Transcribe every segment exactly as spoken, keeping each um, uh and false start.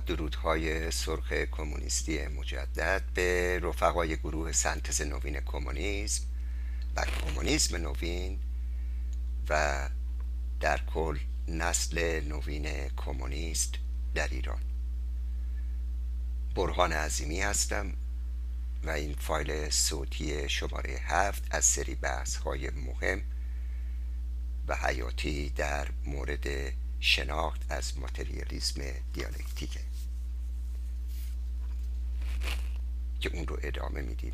درودهای سرخ کمونیستی مجدد به رفقای گروه سنتز نوین کمونیسم و کمونیسم نوین و در کل نسل نوین کمونیست در ایران. برهان عظیمی هستم و این فایل صوتی شماره هفت از سری بحث های مهم و حیاتی در مورد شناخت از ماتریالیسم دیالکتیکه که اون رو ادامه میدیم.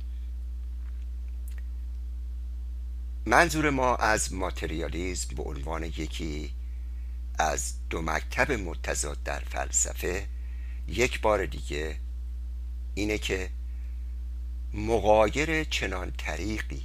منظور ما از ماتریالیسم به عنوان یکی از دو مکتب متضاد در فلسفه یک بار دیگه اینه که مغایر چنان طریقی،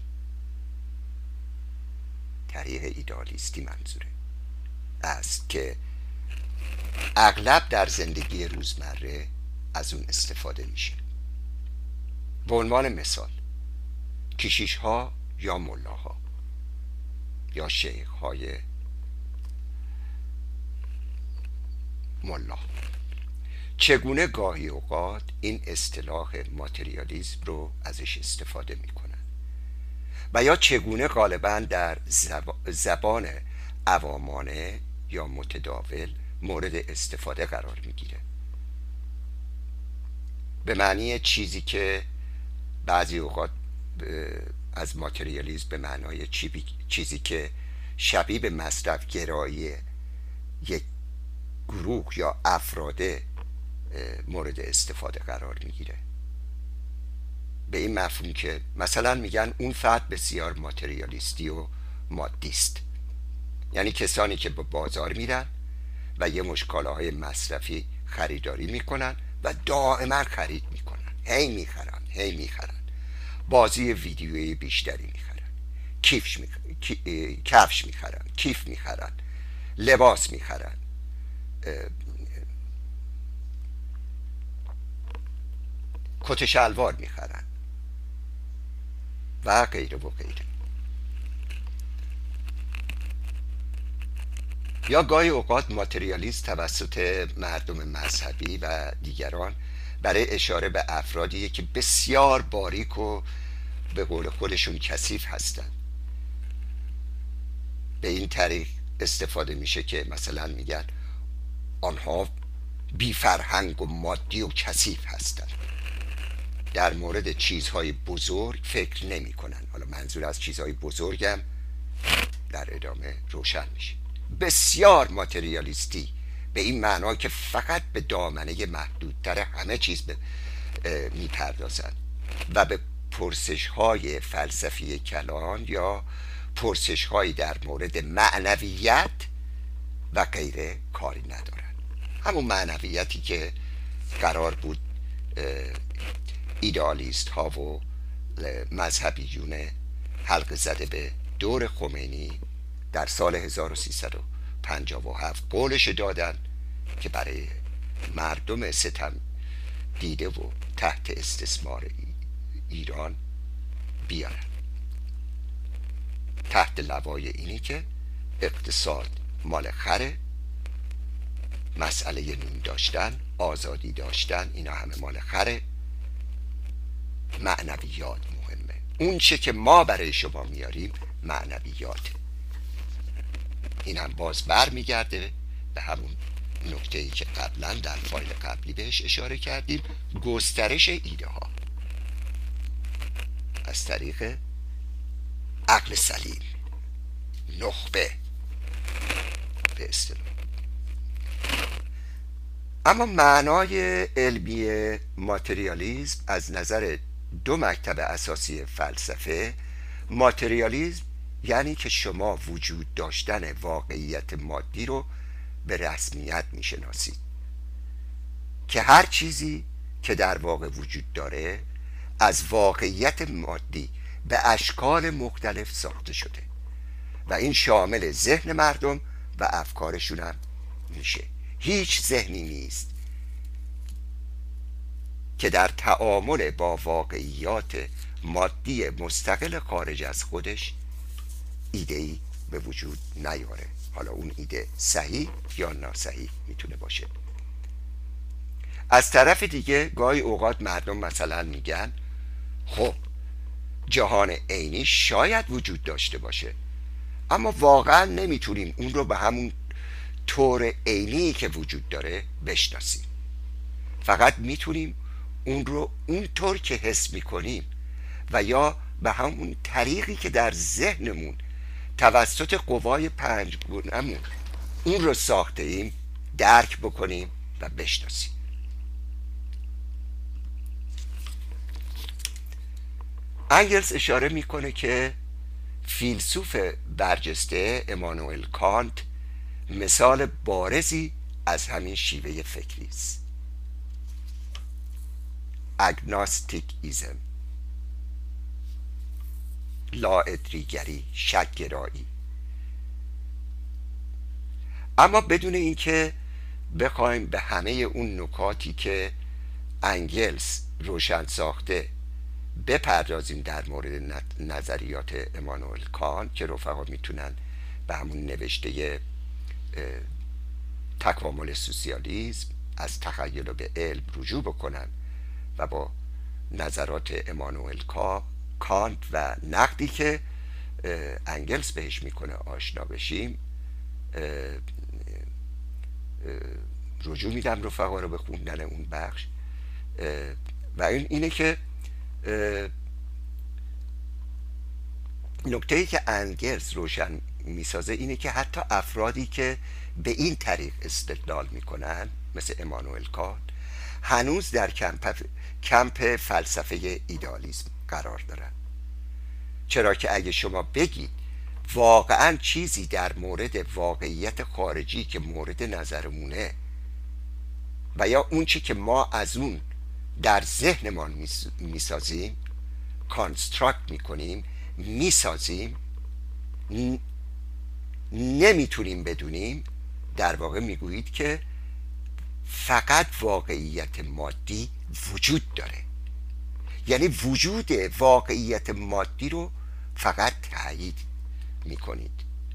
طریق ایدالیستی منظوره، است که اغلب در زندگی روزمره از اون استفاده میشه. به عنوان مثال کشیش ها یا ملاها یا شیخ های ملا چگونه گاهی اوقات این اصطلاح ماتریالیسم رو ازش استفاده میکنن و یا چگونه غالبا در زبان عوامانه یا متداول مورد استفاده قرار میگیره، به معنی چیزی که بعضی اوقات از ماتریالیسم به معنای چیزی که شبیه به مصرف گرایی یک گروه یا افراده مورد استفاده قرار میگیره، به این مفهوم که مثلا میگن اون فرد بسیار ماتریالیستی و مادیست، یعنی کسانی که به بازار میرن و یه مش کالاهای مصرفی خریداری میکنن و دائما خرید میکنن، هی میخرن هی میخرن، بازی ویدیویی بیشتری میخرن، کیفش می... کی... کفش میخرن، کیف میخرن، لباس میخرن، کت شلوار میخرن و غیره و غیره. یا گاهی اوقات ماتریالیسم توسط مردم مذهبی و دیگران برای اشاره به افرادی که بسیار باریک و به قول خودشون کثیف هستند. به این طریق استفاده میشه که مثلا میگن آنها بی فرهنگ و مادی و کثیف هستند، در مورد چیزهای بزرگ فکر نمی کنن. حالا منظور از چیزهای بزرگم در ادامه روشن میشه. بسیار ماتریالیستی به این معنا که فقط به دامنه محدودتر همه چیز میپردازن و به پرسش های فلسفی کلان یا پرسش های در مورد معنویت و غیره کاری ندارن. همون معنویتی که قرار بود ایدالیست ها و مذهبیون حلقه زده به دور خمینی در سال هزار و سیصد و پنجاه و هفت قولش دادن که برای مردم ستم دیده و تحت استثمار ایران بیارن، تحت لوای اینی که اقتصاد مال خره، مسئله نون داشتن، آزادی داشتن، اینا همه مال خره، معنویات مهمه، اون چه که ما برای شما میاریم معنویاته. این هم باز بر میگرده به همون نکته‌ای که قبلا در فایل قبلی بهش اشاره کردیم، گسترش ایده ها از طریق عقل سلیم، نخبه به اصطلاح. اما معنای علمی ماتریالیسم از نظر دو مکتب اساسی فلسفه، ماتریالیسم یعنی که شما وجود داشتن واقعیت مادی رو به رسمیت میشناسید، که هر چیزی که در واقع وجود داره از واقعیت مادی به اشکال مختلف ساخته شده و این شامل ذهن مردم و افکارشون هم میشه. هیچ ذهنی نیست که در تعامل با واقعیات مادی مستقل خارج از خودش ایده‌ای به وجود نیاره، حالا اون ایده صحیح یا ناصحیح میتونه باشه. از طرف دیگه گاهی اوقات مردم مثلا میگن خب جهان عینی شاید وجود داشته باشه، اما واقعا نمیتونیم اون رو به همون طور عینی که وجود داره بشناسیم. فقط میتونیم اون رو اون طور که حس میکنیم و یا به همون طریقی که در ذهنمون توسط قوای پنجگونه‌مون اون رو ساخته ایم درک بکنیم و بشناسیم. انگلز اشاره میکنه که فیلسوف برجسته امانوئل کانت مثال بارزی از همین شیوه فکری است. اگناستیکیزم، لاادریگری، شک‌گرایی. اما بدون اینکه بخوایم به همه اون نکاتی که انگلز روشن ساخته بپردازیم در مورد نظریات امانوئل کانت که رفقا میتونن به همون نوشته تکامل سوسیالیسم از تخیل به علم رجوع بکنن و با نظرات امانوئل کانت و نقدی که انگلز بهش میکنه آشنا بشیم. رجوع میدم رفقا رو به خوندن اون بخش و این اینه که نکته‌ای که انگلز روشن میسازه اینه که حتی افرادی که به این طریق استدلال میکنن مثل امانوئل کانت هنوز در کمپ کمپ فلسفه ایدالیسم قرار دارن، چرا که اگه شما بگید واقعا چیزی در مورد واقعیت خارجی که مورد نظرمونه و یا اون چی که ما از اون در ذهنمان میسازیم، کانستراکت میکنیم، میسازیم، نمیتونیم بدونیم، در واقع میگویید که فقط واقعیت مادی وجود داره. یعنی وجود واقعیت مادی رو فقط تایید میکنید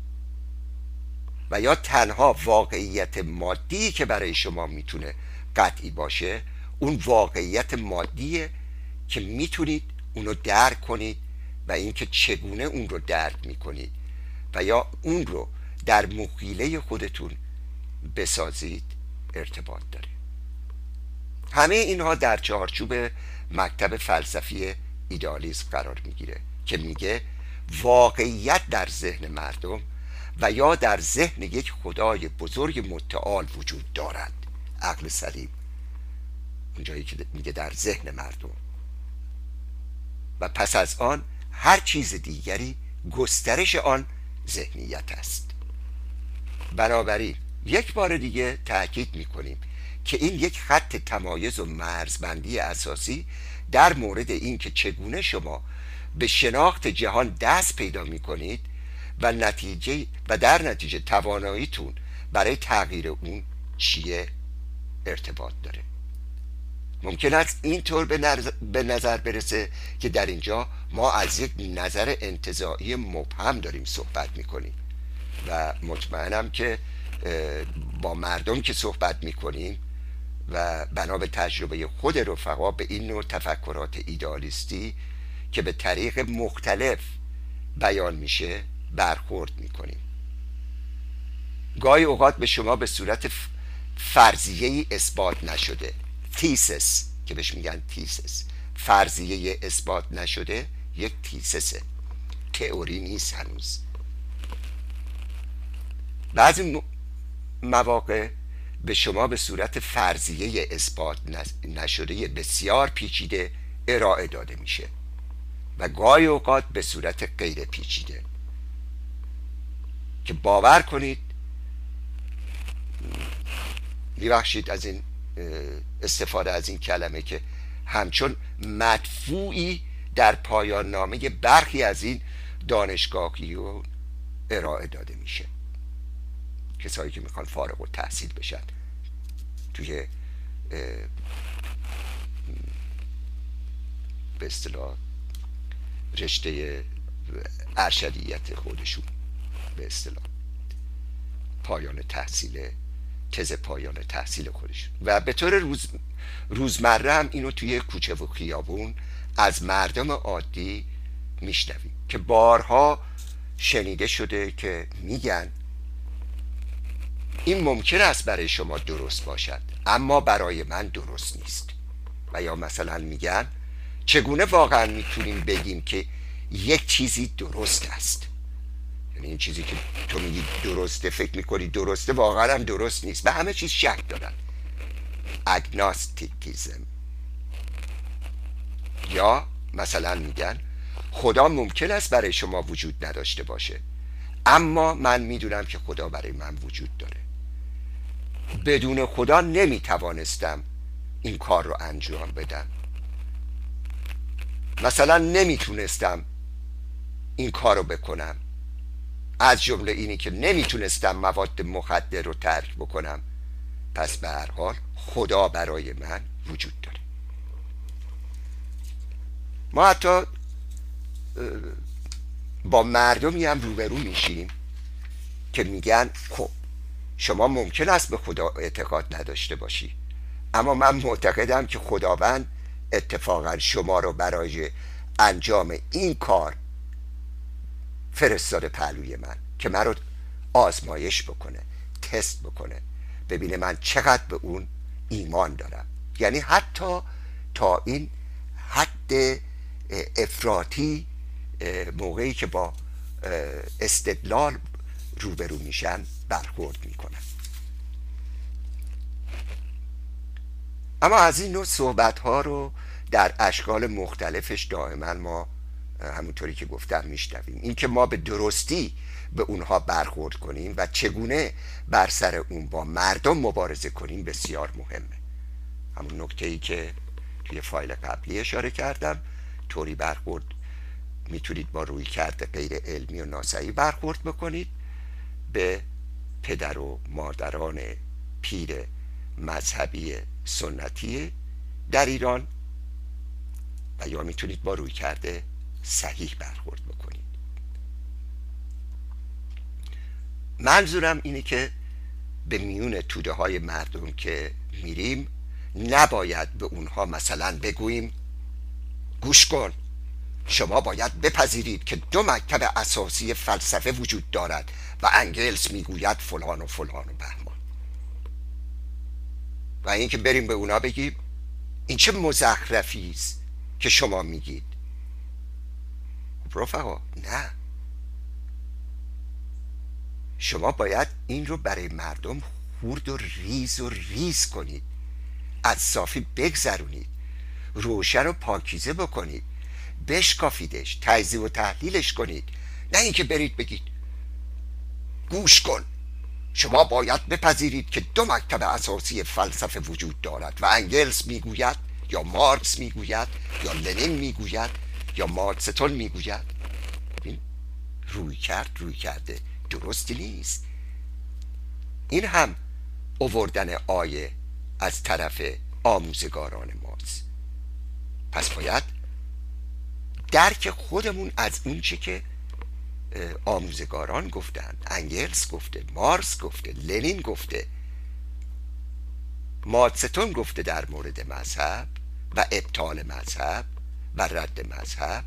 و یا تنها واقعیت مادی که برای شما میتونه قطعی باشه اون واقعیت مادیه که میتونید اونو درک کنید و اینکه چگونه اون رو درک میکنید و یا اون رو در مخیله خودتون بسازید ارتباط داره. همه اینها در چارچوب مکتب فلسفی ایدالیسم قرار میگیره که میگه واقعیت در ذهن مردم و یا در ذهن یک خدای بزرگ متعال وجود دارد. عقل سلیم اونجایی که میگه در ذهن مردم و پس از آن هر چیز دیگری گسترش آن ذهنیت است. بنابراین یک بار دیگه تأکید میکنیم که این یک خط تمایز و مرزبندی اساسی در مورد این که چگونه شما به شناخت جهان دست پیدا میکنید و نتیجه و در نتیجه تواناییتون برای تغییر اون چیه ارتباط داره. ممکن است اینطور به نظر برسه که در اینجا ما از یک نظر انتزاعی مبهم داریم صحبت میکنیم و مطمئنم که با مردم که صحبت میکنیم و بنا به تجربه خود رفقا به این نوع تفکرات ایدئالیستی که به طریق مختلف بیان میشه برخورد میکنیم. گاهی اوقات به شما به صورت فرضیه‌ای اثبات نشده، تیسس که بهش میگن تیسس، فرضیه اثبات نشده یک تیسسه، تئوری نیست هنوز. بعضی مواقع به شما به صورت فرضیه اثبات نشده بسیار پیچیده ارائه داده میشه و گاهی اوقات به صورت غیر پیچیده که باور کنید، میبخشید از این استفاده از این کلمه، که همچون مدفوعی در پایان نامه برخی از این دانشگاهیون ارائه داده میشه. کسایی که میخوان فارغ التحصیل بشن توی به اصطلاح رشته ارشدیت خودشون، به اصطلاح پایان تحصیل تز پایان تحصیل خودشون و به طور روز روزمره هم اینو توی کوچه و خیابون از مردم عادی میشنویم که بارها شنیده شده که میگن این ممکن است برای شما درست باشد اما برای من درست نیست. و یا مثلا میگن چگونه واقعا میتونیم بگیم که یک چیزی درست است؟ یعنی این چیزی که تو میگی درسته، فکر میکنی درسته، واقعا هم درست نیست. به همه چیز شک دارن. اگناستیکیزم. یا مثلا میگن خدا ممکن است برای شما وجود نداشته باشه اما من میدونم که خدا برای من وجود داره. بدون خدا نمیتوانستم این کار رو انجام بدم. مثلا نمیتونستم این کار رو بکنم، از جمله اینی که نمیتونستم مواد مخدر رو ترک بکنم. پس به هر حال خدا برای من وجود داره. ما حتی با مردمی هم روبرو میشیم که میگن خب شما ممکن است به خدا اعتقاد نداشته باشی اما من معتقدم که خداوند اتفاقا شما رو برای انجام این کار فرستاده پهلوی من که من رو آزمایش بکنه، تست بکنه، ببینه من چقدر به اون ایمان دارم. یعنی حتی تا این حد افراطی موقعی که با استدلال روبرو میشن برخورد میکنن. اما از این نوع صحبت ها رو در اشکال مختلفش دائما ما همونطوری که گفتم میشنویم. این که ما به درستی به اونها برخورد کنیم و چگونه بر سر اون با مردم مبارزه کنیم بسیار مهمه. همون نکته‌ای که توی فایل قبلی اشاره کردم، طوری برخورد میتونید با روی کرده غیر علمی و ناسعی برخورد بکنید به پدر و مادران پیر مذهبی سنتی در ایران و یا میتونید با روی کرده صحیح برخورد بکنید. منظورم اینه که به میون توده های مردم که میریم نباید به اونها مثلا بگوییم گوش کن شما باید بپذیرید که دو مکتب اساسی فلسفه وجود دارد و انگلس میگوید فلان و فلان و بهمان. و اینکه بریم به اونا بگیم این چه مزخرفی است که شما میگید. رفقا نه، شما باید این رو برای مردم خورد و ریز و ریز کنید، از صافی بگذرونید، روشن و پاکیزه بکنید، بشکافیدش، تجزیه و تحلیلش کنید. نه اینکه برید بگید گوش کن شما باید بپذیرید که دو مکتب اساسی فلسفه وجود دارد و انگلس میگوید یا مارکس میگوید یا لنین میگوید یا مارکستون میگوید. این روی کرد روی کرده درستی نیست. این هم آوردن آیه از طرف آموزگاران ماست. پس باید درک خودمون از اون چه که آموزگاران گفتن، انگلس گفته، مارکس گفته، لنین گفته، مارکستون گفته در مورد مذهب و ابطال مذهب و رد مذهب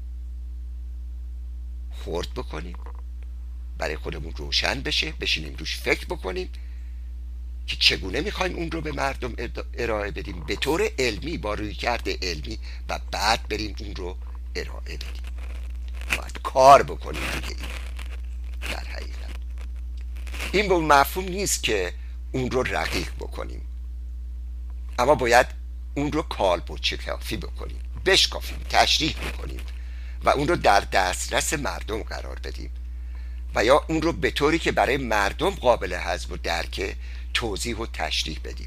خورد بکنیم، برای خودمون روشن بشه، بشینیم روش فکر بکنیم که چگونه میخوایم اون رو به مردم ارائه بدیم به طور علمی با رویکرد علمی و بعد بریم اون رو ارائه بدیم. باید کار بکنیم دیگه. این در حقیقت این به مفهوم نیست که اون رو رقیق بکنیم، اما باید اون رو کالبد کافی بکنیم، بشکافیم، تشریح بکنیم و اون رو در دسترس مردم قرار بدیم و یا اون رو به طوری که برای مردم قابل هضم و درک توضیح و تشریح بدیم.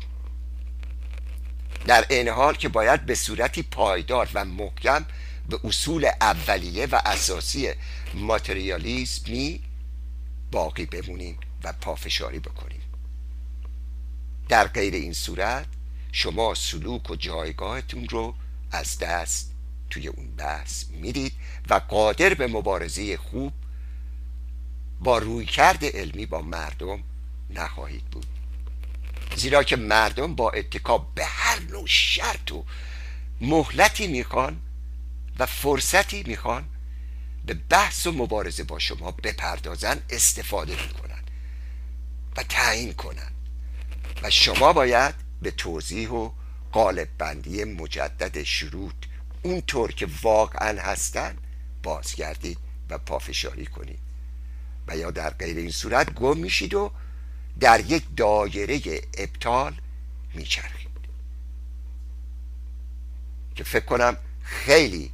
در عین حال که باید به صورتی پایدار و محکم به اصول اولیه و اساسی ماتریالیسمی باقی بمونیم و پافشاری بکنیم. در غیر این صورت شما سلوک و جایگاهتون رو از دست توی اون بحث میدید و قادر به مبارزه خوب با رویکرد علمی با مردم نخواهید بود. زیرا که مردم با اتکا به هر نوع شرط و مهلتی میخوان و فرصتی میخوان به بحث و مبارزه با شما بپردازن استفاده میکنن و تعیین کنن و شما باید به توضیح و قالب بندی مجدد شروط اونطور که واقعا هستن بازگردید و پافشاری کنید و یا در غیر این صورت گم میشید و در یک دایره ابطال میچرخید که فکر کنم خیلی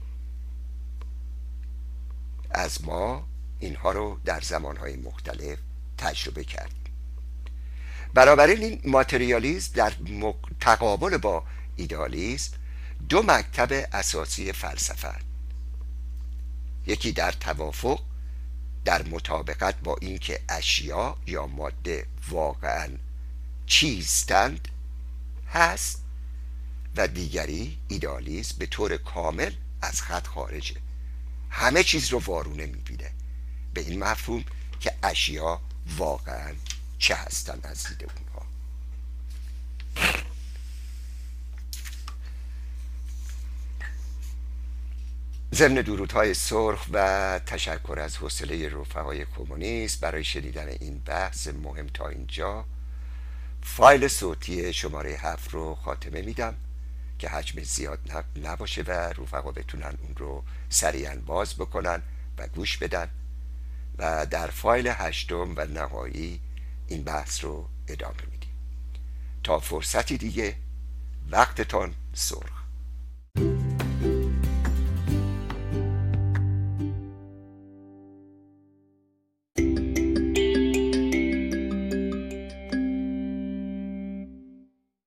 از ما اینها رو در زمانهای مختلف تجربه کردیم. بنابراین این ماتریالیسم در تقابل با ایدئالیسم دو مکتب اساسی فلسفه، یکی در توافق در مطابقت با اینکه اشیا یا ماده واقعا چیستند هست و دیگری ایدئالیسم به طور کامل از خط خارجه، همه چیز رو وارونه میبینه به این مفهوم که اشیا واقعا چه هستن از دید اونها. ضمن درودهای سرخ و تشکر از حوصله رفقای کمونیست برای شنیدن این بحث مهم تا اینجا، فایل صوتی شماره هفت رو خاتمه میدم که حجم زیاد نباشه و رفقا بتونن اون رو سریعا باز بکنن و گوش بدن و در فایل هشتم و نهایی این بحث رو ادامه میدیم. تا فرصتی دیگه، وقتتان سرخ.